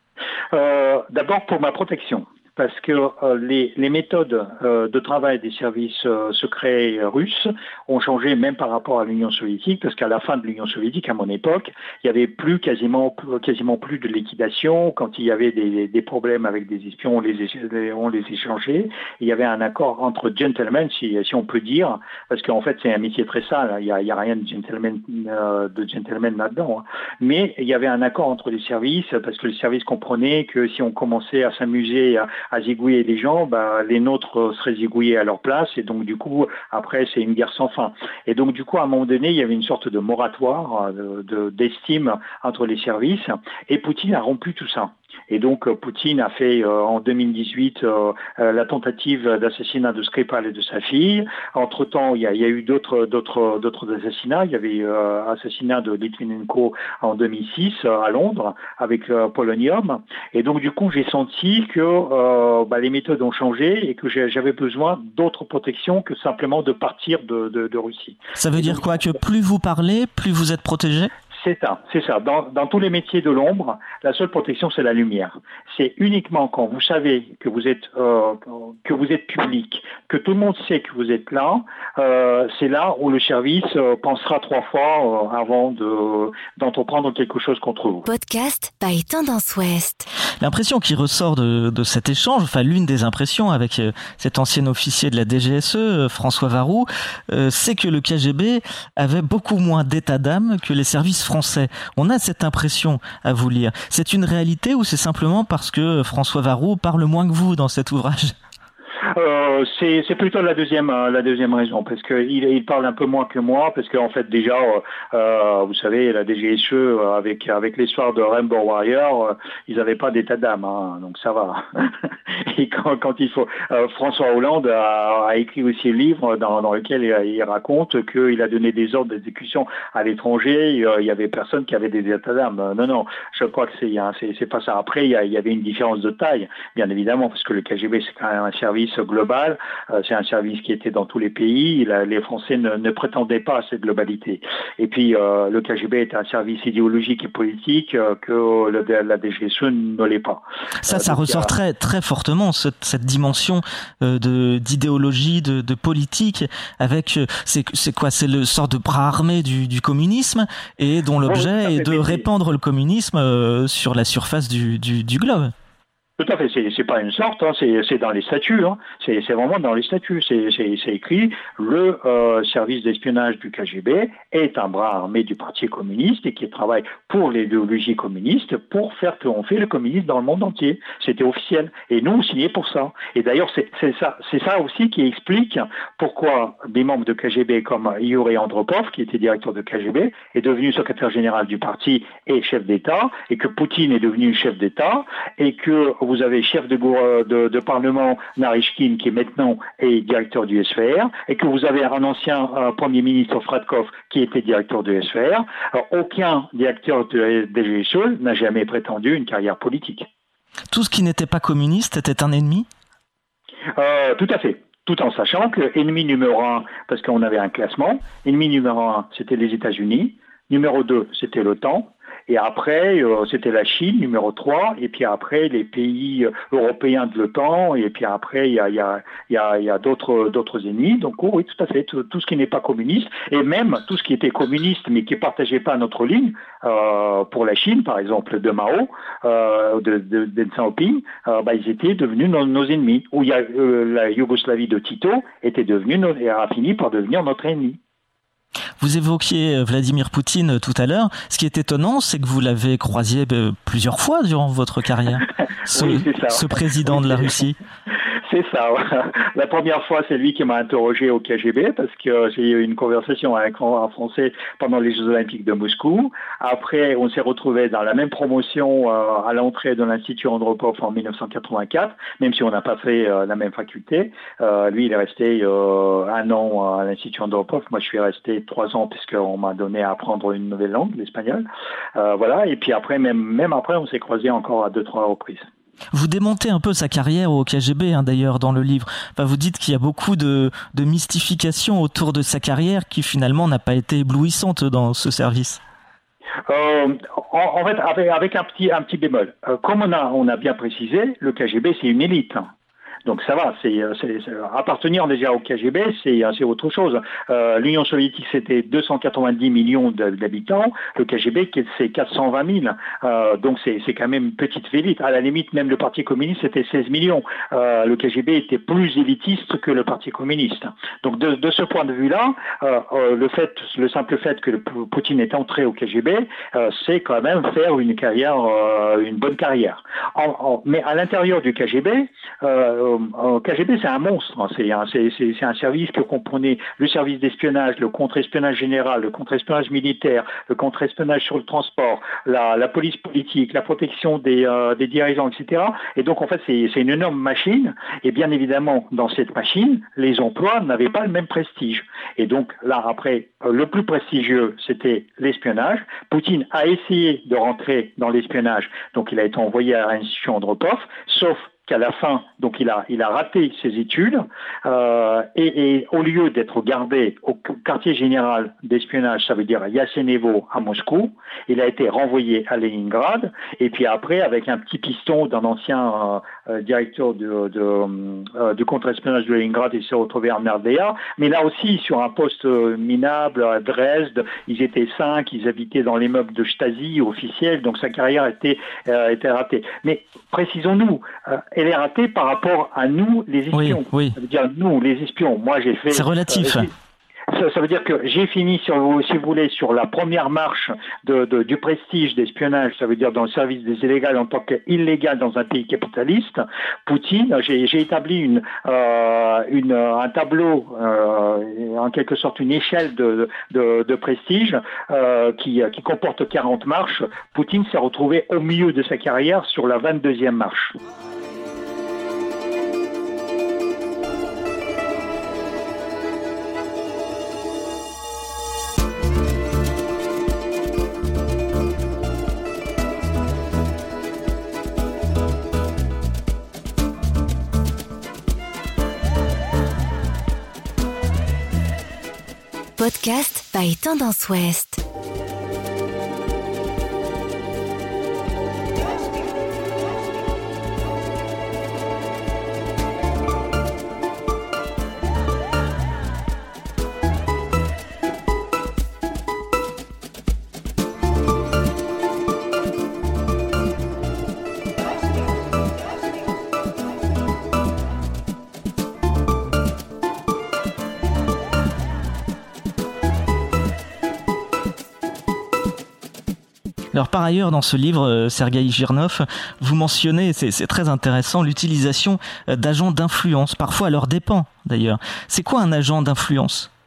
[SPEAKER 1] euh, D'abord pour ma protection. Parce que euh, les, les méthodes euh, de travail des services euh, secrets russes ont changé même par rapport à l'Union soviétique, parce qu'à la fin de l'Union soviétique, à mon époque, il y avait plus quasiment quasiment plus de liquidation. Quand il y avait des, des problèmes avec des espions, on les, on les échangeait. Il y avait un accord entre gentlemen, si, si on peut dire, parce qu'en fait c'est un métier très sale. Il y a, il y a rien de gentleman euh, de gentleman là-dedans. Hein. Mais il y avait un accord entre les services, parce que les services comprenaient que si on commençait à s'amuser à à zigouiller des gens, bah, les nôtres seraient zigouillés à leur place et donc du coup après c'est une guerre sans fin. Et donc du coup à un moment donné il y avait une sorte de moratoire de, de, d'estime entre les services et Poutine a rompu tout ça. Et donc Poutine a fait euh, en deux mille dix-huit euh, euh, la tentative d'assassinat de Skripal et de sa fille. Entre-temps, il y a, il y a eu d'autres, d'autres, d'autres assassinats. Il y avait euh, assassinat de Litvinenko en deux mille six euh, à Londres avec euh, Polonium. Et donc du coup, j'ai senti que euh, bah, les méthodes ont changé et que j'avais besoin d'autres protections que simplement de partir de, de, de Russie.
[SPEAKER 3] Ça veut dire quoi ? Que plus vous parlez, plus vous êtes protégé ?
[SPEAKER 1] C'est ça, c'est ça. Dans, dans tous les métiers de l'ombre, la seule protection, c'est la lumière. C'est uniquement quand vous savez que vous êtes euh, que vous êtes public, que tout le monde sait que vous êtes là, euh, c'est là où le service euh, pensera trois fois euh, avant de d'entreprendre quelque chose contre vous.
[SPEAKER 2] Podcast by Tendance Ouest.
[SPEAKER 3] L'impression qui ressort de, de cet échange, enfin l'une des impressions avec euh, cet ancien officier de la D G S E, euh, François Varou, euh, c'est que le K G B avait beaucoup moins d'état d'âme que les services français. Français. On a cette impression à vous lire. C'est une réalité ou c'est simplement parce que François Varou parle moins que vous dans cet ouvrage ?
[SPEAKER 1] Euh, c'est, c'est plutôt la deuxième, la deuxième raison, parce que il, il parle un peu moins que moi, parce qu'en fait déjà, euh, vous savez, la D G S E avec avec l'histoire de Rainbow Warrior, euh, ils n'avaient pas d'état d'âme, hein, donc ça va. Et quand, quand il faut, euh, François Hollande a, a écrit aussi un livre dans, dans lequel il, il raconte qu'il a donné des ordres d'exécution à l'étranger. Il, il y avait personne qui avait des états d'âme. Non, non, je crois que c'est, c'est, c'est pas ça. Après, il y, a, il y avait une différence de taille, bien évidemment, parce que le K G B c'est quand même un service global, euh, c'est un service qui était dans tous les pays, la, les Français ne, ne prétendaient pas à cette globalité. Et puis euh, le K G B est un service idéologique et politique euh, que le, la D G S E ne l'est pas.
[SPEAKER 3] Ça, euh, ça ressort a... très, très fortement, cette, cette dimension euh, de, d'idéologie, de, de politique, avec, euh, c'est, c'est quoi, c'est le sort de bras armé du, du communisme, et dont l'objet oui, est de répandre le communisme euh, sur la surface du, du, du globe.
[SPEAKER 1] Tout à fait, c'est, c'est pas une sorte, hein, c'est, c'est dans les statuts, hein, c'est, c'est vraiment dans les statuts, c'est, c'est, c'est écrit, le euh, service d'espionnage du K G B est un bras armé du Parti communiste et qui travaille pour l'idéologie communiste pour faire triompher le communisme dans le monde entier. C'était officiel. Et nous, on signait pour ça. Et d'ailleurs, c'est, c'est, ça, c'est ça aussi qui explique pourquoi des membres de K G B comme Yuri Andropov, qui était directeur de K G B, est devenu secrétaire général du parti et chef d'État, et que Poutine est devenu chef d'État, et que vous vous avez chef de, de, de parlement Naryshkin qui est maintenant est directeur du S V R et que vous avez un ancien euh, Premier ministre Fradkov qui était directeur du S V R. Alors, aucun directeur de la D G S E n'a jamais prétendu une carrière politique.
[SPEAKER 3] Tout ce qui n'était pas communiste était un ennemi ?
[SPEAKER 1] euh, Tout à fait. Tout en sachant que ennemi numéro un, parce qu'on avait un classement, ennemi numéro un, c'était les États-Unis, numéro deux, c'était l'OTAN, et après, euh, c'était la Chine, numéro trois, et puis après, les pays européens de l'OTAN, et puis après, il y a, il y a, il y a, il y a d'autres, d'autres ennemis. Donc, oh, oui, tout à fait, tout, tout ce qui n'est pas communiste, et même tout ce qui était communiste, mais qui ne partageait pas notre ligne, euh, pour la Chine, par exemple, de Mao, euh, de, de, de Deng Xiaoping, euh, bah, ils étaient devenus nos, nos ennemis. Ou il y a, euh, la Yougoslavie de Tito était devenue, nos, et a fini par devenir notre ennemi.
[SPEAKER 3] Vous évoquiez Vladimir Poutine tout à l'heure. Ce qui est étonnant, c'est que vous l'avez croisé plusieurs fois durant votre carrière, ce,
[SPEAKER 1] oui, c'est ça.
[SPEAKER 3] ce président
[SPEAKER 1] oui,
[SPEAKER 3] de la Russie.
[SPEAKER 1] C'est ça. La première fois, c'est lui qui m'a interrogé au K G B parce que j'ai eu une conversation avec un Français pendant les Jeux Olympiques de Moscou. Après, on s'est retrouvés dans la même promotion euh, à l'entrée de l'Institut Andropov en dix-neuf cent quatre-vingt-quatre, même si on n'a pas fait euh, la même faculté. Euh, lui, il est resté euh, un an à l'Institut Andropov. Moi, je suis resté trois ans puisqu'on m'a donné à apprendre une nouvelle langue, l'espagnol. Euh, voilà. Et puis après, même, même après, on s'est croisés encore à deux, trois reprises.
[SPEAKER 3] Vous démontez un peu sa carrière au K G B, hein, d'ailleurs, dans le livre. Enfin, vous dites qu'il y a beaucoup de, de mystification autour de sa carrière qui, finalement, n'a pas été éblouissante dans ce service.
[SPEAKER 1] Euh, en, en fait, avec, avec un petit, un petit bémol. Euh, comme on a, on a bien précisé, le K G B, c'est une élite. Hein. Donc ça va, c'est, c'est, c'est appartenir déjà au K G B, c'est, c'est autre chose. Euh, L'Union soviétique, c'était deux cent quatre-vingt-dix millions d'habitants, le K G B, c'est quatre cent vingt mille. Euh, donc c'est, c'est quand même une petite élite. À la limite, même le Parti communiste, c'était seize millions. Euh, le K G B était plus élitiste que le Parti communiste. Donc de, de ce point de vue-là, euh, euh, le fait, le simple fait que le, Poutine est entré au K G B, euh, c'est quand même faire une carrière, euh, une bonne carrière. En, en, mais à l'intérieur du K G B, euh, le K G B, c'est un monstre. C'est un, c'est, c'est, c'est un service que comprenait le service d'espionnage, le contre-espionnage général, le contre-espionnage militaire, le contre-espionnage sur le transport, la, la police politique, la protection des, euh, des dirigeants, et cetera. Et donc, en fait, c'est, c'est une énorme machine. Et bien évidemment, dans cette machine, les emplois n'avaient pas le même prestige. Et donc, là, après, le plus prestigieux, c'était l'espionnage. Poutine a essayé de rentrer dans l'espionnage. Donc, il a été envoyé à l'Institut Andropov, sauf qu'à la fin, donc il a, il a raté ses études euh, et, et au lieu d'être gardé au quartier général d'espionnage, ça veut dire à Yasenevo à Moscou, il a été renvoyé à Leningrad et puis après avec un petit piston d'un ancien euh, directeur de, de, euh, du contre-espionnage de Leningrad, il s'est retrouvé en R D A, mais là aussi sur un poste minable à Dresde, ils étaient cinq, ils habitaient dans l'immeuble de Stasi officiel, donc sa carrière était, euh, était ratée. Mais précisons-nous, euh, elle est ratée par rapport à nous, les espions.
[SPEAKER 3] Oui, oui.
[SPEAKER 1] Ça veut dire nous, les espions. Moi, j'ai fait.
[SPEAKER 3] C'est relatif.
[SPEAKER 1] Euh, ça, ça veut dire que j'ai fini, sur, si vous voulez, sur la première marche de, de, du prestige d'espionnage. Ça veut dire dans le service des illégaux en tant qu'illégal dans un pays capitaliste. Poutine, j'ai, j'ai établi une, euh, une, un tableau, euh, en quelque sorte une échelle de, de, de prestige euh, qui, qui comporte quarante marches. Poutine s'est retrouvé au milieu de sa carrière sur la vingt-deuxième marche.
[SPEAKER 2] Podcast by Tendance Ouest.
[SPEAKER 3] Alors par ailleurs, dans ce livre, euh, Sergueï Girnov, vous mentionnez, c'est, c'est très intéressant, l'utilisation d'agents d'influence, parfois à leurs dépens d'ailleurs. C'est quoi un agent d'influence ?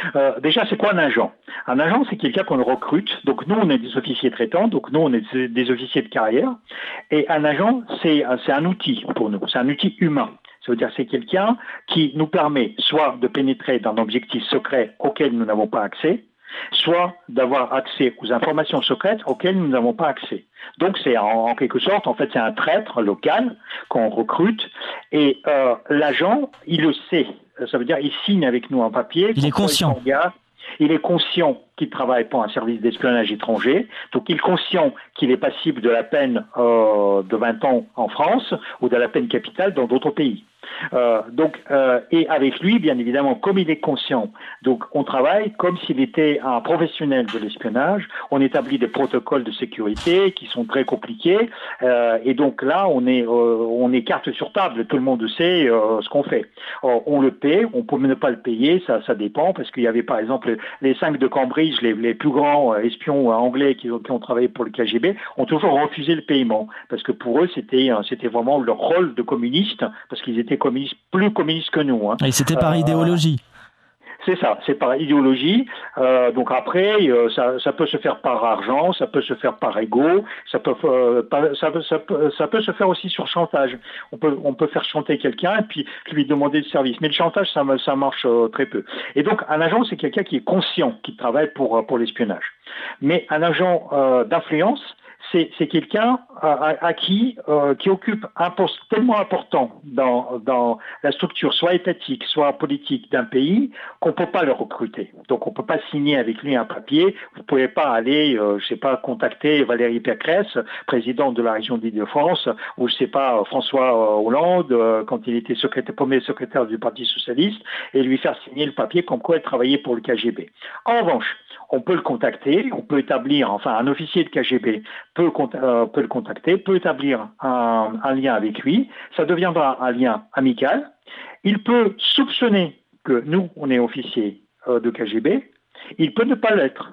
[SPEAKER 1] Euh, déjà, c'est quoi un agent? Un agent, c'est quelqu'un qu'on recrute. Donc nous, on est des officiers traitants, donc nous, on est des officiers de carrière. Et un agent, c'est, c'est un outil pour nous, c'est un outil humain. Ça veut dire que c'est quelqu'un qui nous permet soit de pénétrer dans un objectif secret auquel nous n'avons pas accès, soit d'avoir accès aux informations secrètes auxquelles nous n'avons pas accès. Donc c'est en, en quelque sorte, en fait, c'est un traître local qu'on recrute et euh, l'agent, il le sait. Ça veut dire il signe avec nous un papier.
[SPEAKER 3] Il est conscient.
[SPEAKER 1] Il est conscient qu'il travaille pour un service d'espionnage étranger, donc il est conscient qu'il est passible de la peine euh, de vingt ans en France ou de la peine capitale dans d'autres pays. Euh, donc, euh, et avec lui, bien évidemment, comme il est conscient, donc on travaille comme s'il était un professionnel de l'espionnage. On établit des protocoles de sécurité qui sont très compliqués, euh, et donc là, on est, euh, on est carte sur table. Tout le monde sait euh, ce qu'on fait. Alors, on le paie, on peut ne pas le payer, ça, ça dépend, parce qu'il y avait par exemple les cinq de Cambridge, les, les plus grands espions anglais qui, qui ont travaillé pour le K G B, ont toujours refusé le paiement, parce que pour eux, c'était, c'était vraiment leur rôle de communiste, parce qu'ils étaient communistes, plus communistes que nous. Hein.
[SPEAKER 3] Et c'était par euh, idéologie.
[SPEAKER 1] C'est ça, c'est par idéologie. Euh, donc après, euh, ça, ça peut se faire par argent, ça peut se faire par ego, ça peut, euh, ça, peut, ça, peut, ça peut se faire aussi sur chantage. On peut, on peut faire chanter quelqu'un et puis lui demander du service. Mais le chantage, ça, ça marche euh, très peu. Et donc, un agent, c'est quelqu'un qui est conscient, qui travaille pour, pour l'espionnage. Mais un agent euh, d'influence, c'est, c'est quelqu'un à, à qui euh, qui occupe un poste tellement important dans, dans la structure, soit étatique, soit politique d'un pays, qu'on peut pas le recruter. Donc on peut pas signer avec lui un papier. Vous pouvez pas aller, euh, je sais pas, contacter Valérie Pécresse, présidente de la région d'Île-de-France, ou je sais pas, François Hollande, euh, quand il était secrétaire, premier secrétaire du Parti socialiste, et lui faire signer le papier comme quoi il travaillait pour le K G B. En revanche, on peut le contacter, on peut établir, enfin un officier de K G B peut, euh, peut le contacter, peut établir un, un lien avec lui, ça deviendra un lien amical. Il peut soupçonner que nous, on est officier euh, de K G B, il peut ne pas l'être.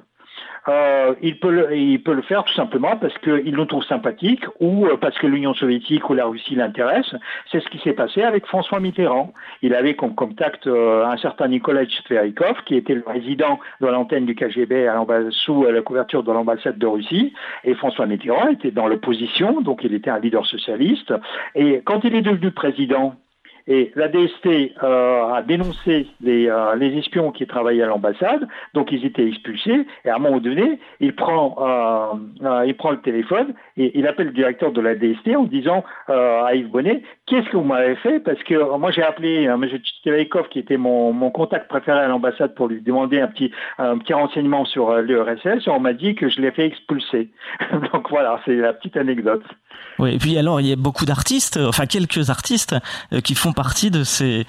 [SPEAKER 1] Euh, il peut le, il peut le faire tout simplement parce qu'il nous trouve sympathique ou parce que l'Union soviétique ou la Russie l'intéresse. C'est ce qui s'est passé avec François Mitterrand. Il avait comme contact euh, un certain Nikolai Tverikov qui était le résident de l'antenne du K G B à sous la couverture de l'ambassade de Russie. Et François Mitterrand était dans l'opposition, donc il était un leader socialiste. Et quand il est devenu président, et la D S T euh, a dénoncé les, euh, les espions qui travaillaient à l'ambassade, donc ils étaient expulsés. Et à un moment donné, il prend, euh, euh, il prend le téléphone et il appelle le directeur de la D S T en disant euh, à Yves Bonnet, qu'est-ce que vous m'avez fait? Parce que euh, moi j'ai appelé euh, M. Tverikov, qui était mon, mon contact préféré à l'ambassade, pour lui demander un petit, un petit renseignement sur euh, l'U R S S, et on m'a dit que je l'ai fait expulser. Donc voilà, c'est la petite anecdote.
[SPEAKER 3] Oui, et puis alors il y a beaucoup d'artistes, enfin quelques artistes euh, qui font partie de ces,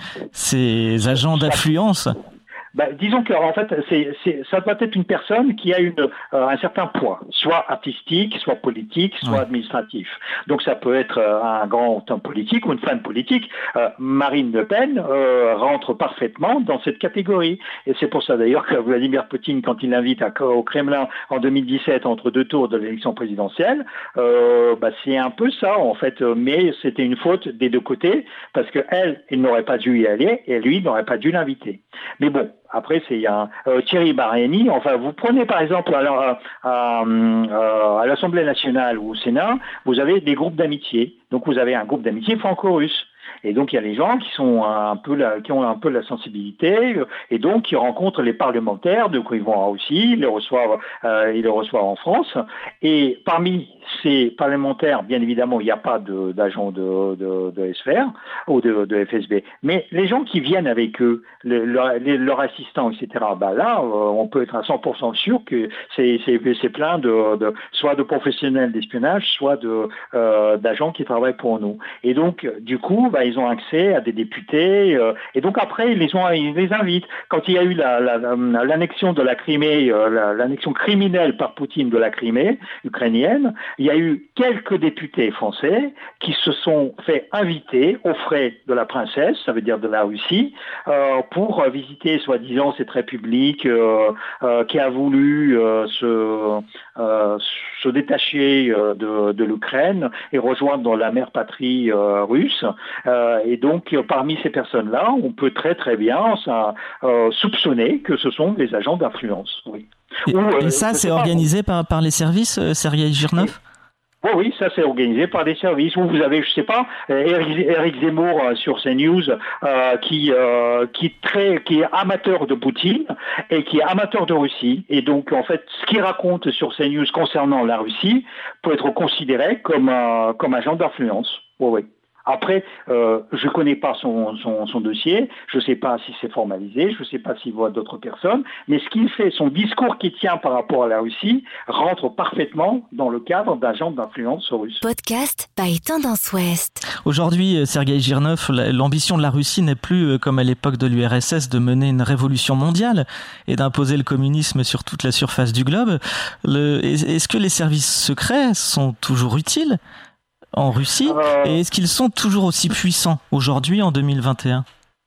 [SPEAKER 3] ces agents d'influence.
[SPEAKER 1] Bah, disons que en fait, c'est, c'est, ça doit être une personne qui a une, euh, un certain poids, soit artistique, soit politique, soit ouais. administratif. Donc ça peut être euh, un grand homme politique ou une femme politique. Euh, Marine Le Pen euh, rentre parfaitement dans cette catégorie. Et c'est pour ça d'ailleurs que Vladimir Poutine, quand il l'invite à, au Kremlin en deux mille dix-sept, entre deux tours de l'élection présidentielle, euh, bah, c'est un peu ça en fait. Mais c'était une faute des deux côtés, parce que elle, il n'aurait pas dû y aller et lui n'aurait pas dû l'inviter. Mais bon. Après, c'est un euh, Thierry Bariani. Enfin, vous prenez par exemple alors, à, à, à, à l'Assemblée nationale ou au Sénat, vous avez des groupes d'amitié. Donc, vous avez un groupe d'amitié franco-russe. Et donc il y a les gens qui sont un peu la, qui ont un peu la sensibilité et donc qui rencontrent les parlementaires, donc ils vont aussi, ils les reçoivent, euh, ils les reçoivent en France. Et parmi ces parlementaires, bien évidemment, il n'y a pas de, d'agents de, de, de S F R ou de, de F S B, mais les gens qui viennent avec eux, le, leur, les, leur assistant, et cetera. Bah là, euh, on peut être à cent pour cent sûr que c'est, c'est, c'est plein de, de, soit de professionnels d'espionnage, soit de euh, d'agents qui travaillent pour nous. Et donc, du coup, bah, ils ont accès à des députés, euh, et donc après ils les ont, ils les invitent. Quand il y a eu la, la, la, l'annexion de la Crimée, euh, la, l'annexion criminelle par Poutine de la Crimée ukrainienne, il y a eu quelques députés français qui se sont fait inviter aux frais de la princesse, ça veut dire de la Russie, euh, pour visiter soi-disant cette république euh, euh, qui a voulu euh, se, euh, se détacher euh, de, de l'Ukraine et rejoindre la mère patrie euh, russe. Euh, et donc, euh, parmi ces personnes-là, on peut très très bien ça, euh, soupçonner que ce sont des agents d'influence. Oui.
[SPEAKER 3] Et, Ou, euh, et ça, c'est organisé par, par les services, euh, Sergueï Girnov ?
[SPEAKER 1] Oh oui, ça c'est organisé par des services où vous avez, je sais pas, Eric, Eric Zemmour euh, sur CNews euh, qui euh, qui très qui est amateur de Poutine et qui est amateur de Russie, et donc en fait ce qu'il raconte sur CNews concernant la Russie peut être considéré comme euh, comme agent d'influence. Oui, oui. Après, euh, je connais pas son, son, son dossier, je sais pas si c'est formalisé, je sais pas s'il voit d'autres personnes, mais ce qu'il fait, son discours qu'il tient par rapport à la Russie, rentre parfaitement dans le cadre d'agent d'influence russe.
[SPEAKER 2] Podcast by Tendance Ouest.
[SPEAKER 3] Aujourd'hui, Sergueï Girnov, l'ambition de la Russie n'est plus, comme à l'époque de l'U R S S, de mener une révolution mondiale et d'imposer le communisme sur toute la surface du globe. Le, est-ce que les services secrets sont toujours utiles en Russie, euh... et est-ce qu'ils sont toujours aussi puissants aujourd'hui en deux mille vingt et un ?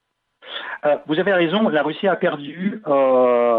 [SPEAKER 1] Euh, vous avez raison, la Russie a perdu, euh,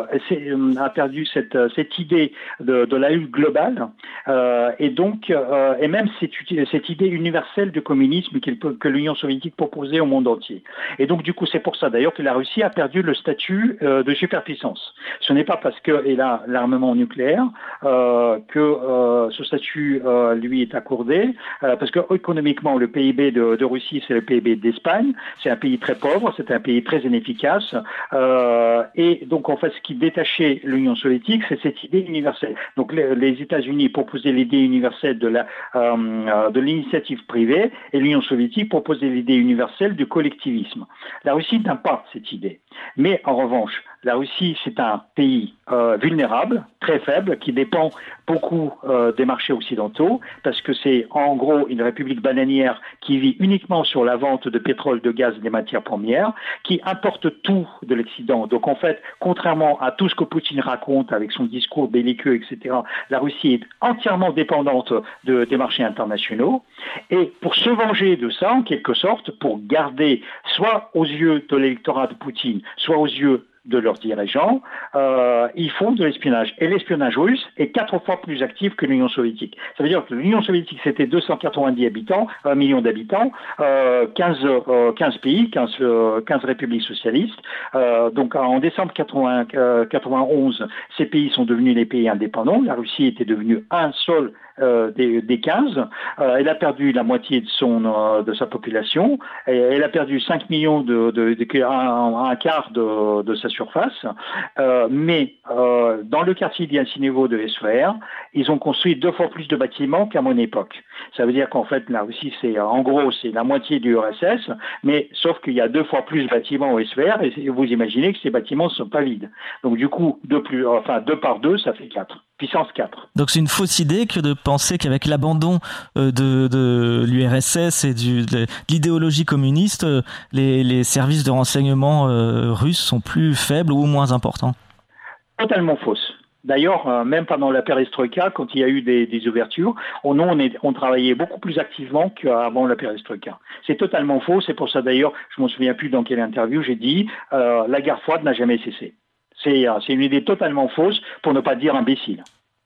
[SPEAKER 1] a perdu cette, cette idée de, de la lutte globale euh, et donc euh, et même cette, cette idée universelle du communisme que l'Union soviétique proposait au monde entier. Et donc du coup, c'est pour ça d'ailleurs que la Russie a perdu le statut euh, de superpuissance. Ce n'est pas parce qu'elle a l'armement nucléaire euh, que euh, ce statut euh, lui est accordé, euh, parce que économiquement, le P I B de, de Russie, c'est le P I B d'Espagne, c'est un pays très pauvre, c'est un pays très inefficace, euh, et donc en fait ce qui détachait l'Union soviétique, c'est cette idée universelle. Donc les, les États-Unis proposaient l'idée universelle de la euh, de l'initiative privée, et l'Union soviétique proposait l'idée universelle du collectivisme. La Russie n'a pas cette idée, mais en revanche, la Russie, c'est un pays euh, vulnérable, très faible, qui dépend beaucoup euh, des marchés occidentaux, parce que c'est en gros une république bananière qui vit uniquement sur la vente de pétrole, de gaz et des matières premières, qui importe tout de l'Occident. Donc en fait, contrairement à tout ce que Poutine raconte avec son discours belliqueux, et cetera, la Russie est entièrement dépendante de, des marchés internationaux. Et pour se venger de ça, en quelque sorte, pour garder, soit aux yeux de l'électorat de Poutine, soit aux yeux de leurs dirigeants, euh, ils font de l'espionnage. Et l'espionnage russe est quatre fois plus actif que l'Union soviétique. Ça veut dire que l'Union soviétique, c'était deux cent quatre-vingt-dix habitants, un million d'habitants, euh, quinze, euh, quinze pays, quinze, euh, quinze républiques socialistes. Euh, donc en décembre quatre-vingt-onze, ces pays sont devenus les pays indépendants. La Russie était devenue un seul Euh, des, des quinze, euh, elle a perdu la moitié de son euh, de sa population, et elle a perdu cinq millions de, de, de, de un, un quart de, de sa surface, euh, mais euh, dans le quartier d'Yatsinevo de S V R, ils ont construit deux fois plus de bâtiments qu'à mon époque. Ça veut dire qu'en fait la Russie, c'est en gros c'est la moitié du U R S S, mais sauf qu'il y a deux fois plus de bâtiments au S V R, et vous imaginez que ces bâtiments ne sont pas vides. Donc du coup, deux plus, enfin deux par deux, ça fait quatre. Puissance quatre.
[SPEAKER 3] Donc c'est une fausse idée que de penser qu'avec l'abandon de, de l'U R S S et du, de l'idéologie communiste, les, les services de renseignement euh, russes sont plus faibles ou moins importants.
[SPEAKER 1] Totalement fausse. D'ailleurs, euh, même pendant la perestroïka, quand il y a eu des, des ouvertures, on, on, est, on travaillait beaucoup plus activement qu'avant la perestroïka. C'est totalement faux. C'est pour ça d'ailleurs, je ne me souviens plus dans quelle interview, j'ai dit euh, la guerre froide n'a jamais cessé. C'est, c'est une idée totalement fausse, pour ne pas dire imbécile.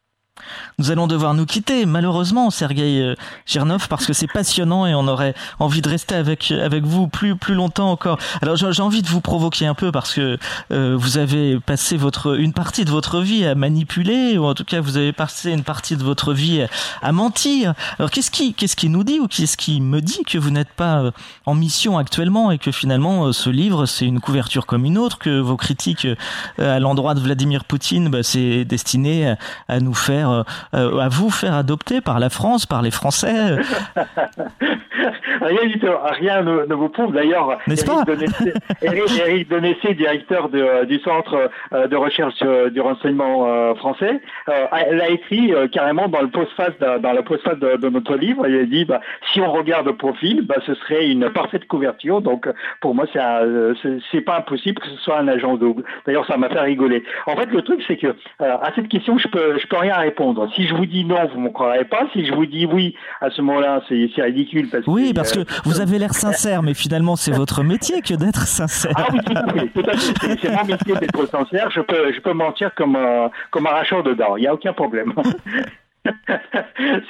[SPEAKER 3] Nous allons devoir nous quitter, malheureusement, Sergueï Girnov, parce que c'est passionnant et on aurait envie de rester avec avec vous plus plus longtemps encore. Alors j'ai envie de vous provoquer un peu parce que euh, vous avez passé votre une partie de votre vie à manipuler, ou en tout cas vous avez passé une partie de votre vie à, à mentir. Alors qu'est-ce qui qu'est-ce qui nous dit ou qu'est-ce qui me dit que vous n'êtes pas en mission actuellement et que finalement ce livre c'est une couverture comme une autre, que vos critiques à l'endroit de Vladimir Poutine, bah, c'est destiné à, à nous faire Euh, à vous faire adopter par la France, par les Français.
[SPEAKER 1] Rien du tout, rien ne, ne vous prouve. D'ailleurs,
[SPEAKER 3] N'est-ce
[SPEAKER 1] Éric
[SPEAKER 3] pas
[SPEAKER 1] Donessé, Éric, Éric Donessé, directeur de, du centre de recherche du renseignement français, euh, l'a écrit euh, carrément dans le postface de, dans la postface de, de notre livre. Il a dit bah, si on regarde le profil, bah, ce serait une parfaite couverture. Donc pour moi, c'est, un, c'est, c'est pas impossible que ce soit un agent double. D'ailleurs, ça m'a fait rigoler. En fait, le truc, c'est que euh, à cette question, je peux, je peux rien répondre. Si je vous dis non, vous ne me croirez pas. Si je vous dis oui, à ce moment-là, c'est, c'est ridicule. Parce
[SPEAKER 3] oui,
[SPEAKER 1] que,
[SPEAKER 3] parce
[SPEAKER 1] euh,
[SPEAKER 3] que vous avez l'air sincère, mais finalement, c'est votre métier que d'être sincère.
[SPEAKER 1] Ah oui, tout à fait. Tout à fait. C'est, c'est mon métier d'être sincère. Je peux, je peux mentir comme, euh, comme un arracheur de dents. Il n'y a aucun problème.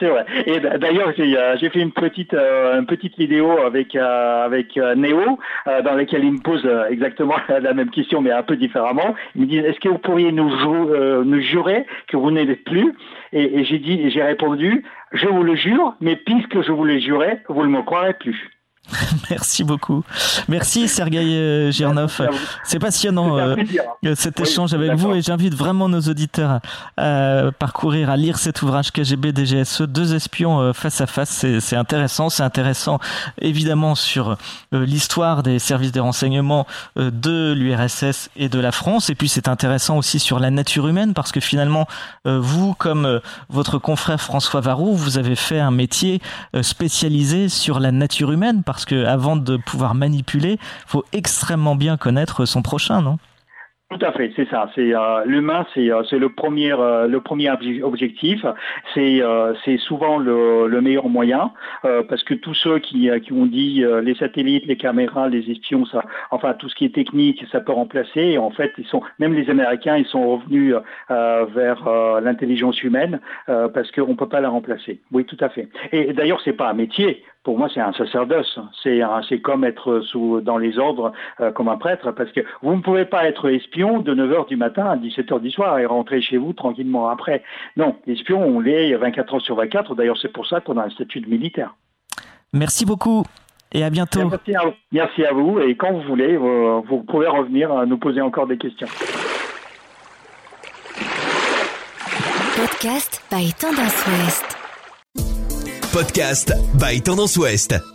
[SPEAKER 1] c'est vrai. Et d'ailleurs, j'ai, euh, j'ai fait une petite, euh, une petite vidéo avec euh, avec euh, Néo, euh, dans laquelle il me pose euh, exactement la même question, mais un peu différemment. Il me dit, est-ce que vous pourriez nous, jou- euh, nous jurer que vous n'êtes plus? Et, et j'ai dit, et j'ai répondu, je vous le jure, mais puisque je vous le jurais, vous ne me croirez plus.
[SPEAKER 3] Merci beaucoup. Merci Sergueï Girnov. C'est passionnant euh, cet oui, échange avec d'accord. vous et j'invite vraiment nos auditeurs à, à parcourir, à lire cet ouvrage K G B D G S E, deux espions euh, face à face. C'est, c'est intéressant. C'est intéressant évidemment sur euh, l'histoire des services de renseignement euh, de l'U R S S et de la France. Et puis c'est intéressant aussi sur la nature humaine parce que finalement, euh, vous, comme euh, votre confrère François Varroux, vous avez fait un métier euh, spécialisé sur la nature humaine. Parce que avant de pouvoir manipuler, il faut extrêmement bien connaître son prochain, non ?
[SPEAKER 1] Tout à fait, c'est ça. C'est euh, l'humain, c'est euh, c'est le premier euh, le premier objectif. C'est euh, c'est souvent le, le meilleur moyen euh, parce que tous ceux qui qui ont dit euh, les satellites, les caméras, les espions, ça, enfin tout ce qui est technique, ça peut remplacer. Et en fait, ils sont même les Américains, ils sont revenus euh, vers euh, l'intelligence humaine euh, parce qu'on peut pas la remplacer. Oui, tout à fait. Et d'ailleurs, c'est pas un métier. Pour moi, c'est un sacerdoce. C'est un, c'est comme être sous dans les ordres euh, comme un prêtre, parce que vous ne pouvez pas être espion de neuf heures du matin à dix-sept heures du soir et rentrer chez vous tranquillement après. Non, l'espion, on l'est vingt-quatre heures sur vingt-quatre. D'ailleurs, c'est pour ça qu'on a un statut de militaire.
[SPEAKER 3] Merci beaucoup et à bientôt.
[SPEAKER 1] Merci à vous, Merci à vous et quand vous voulez, vous, vous pouvez revenir nous poser encore des questions.
[SPEAKER 2] Podcast by Tendance Ouest.
[SPEAKER 4] Podcast by Tendance Ouest.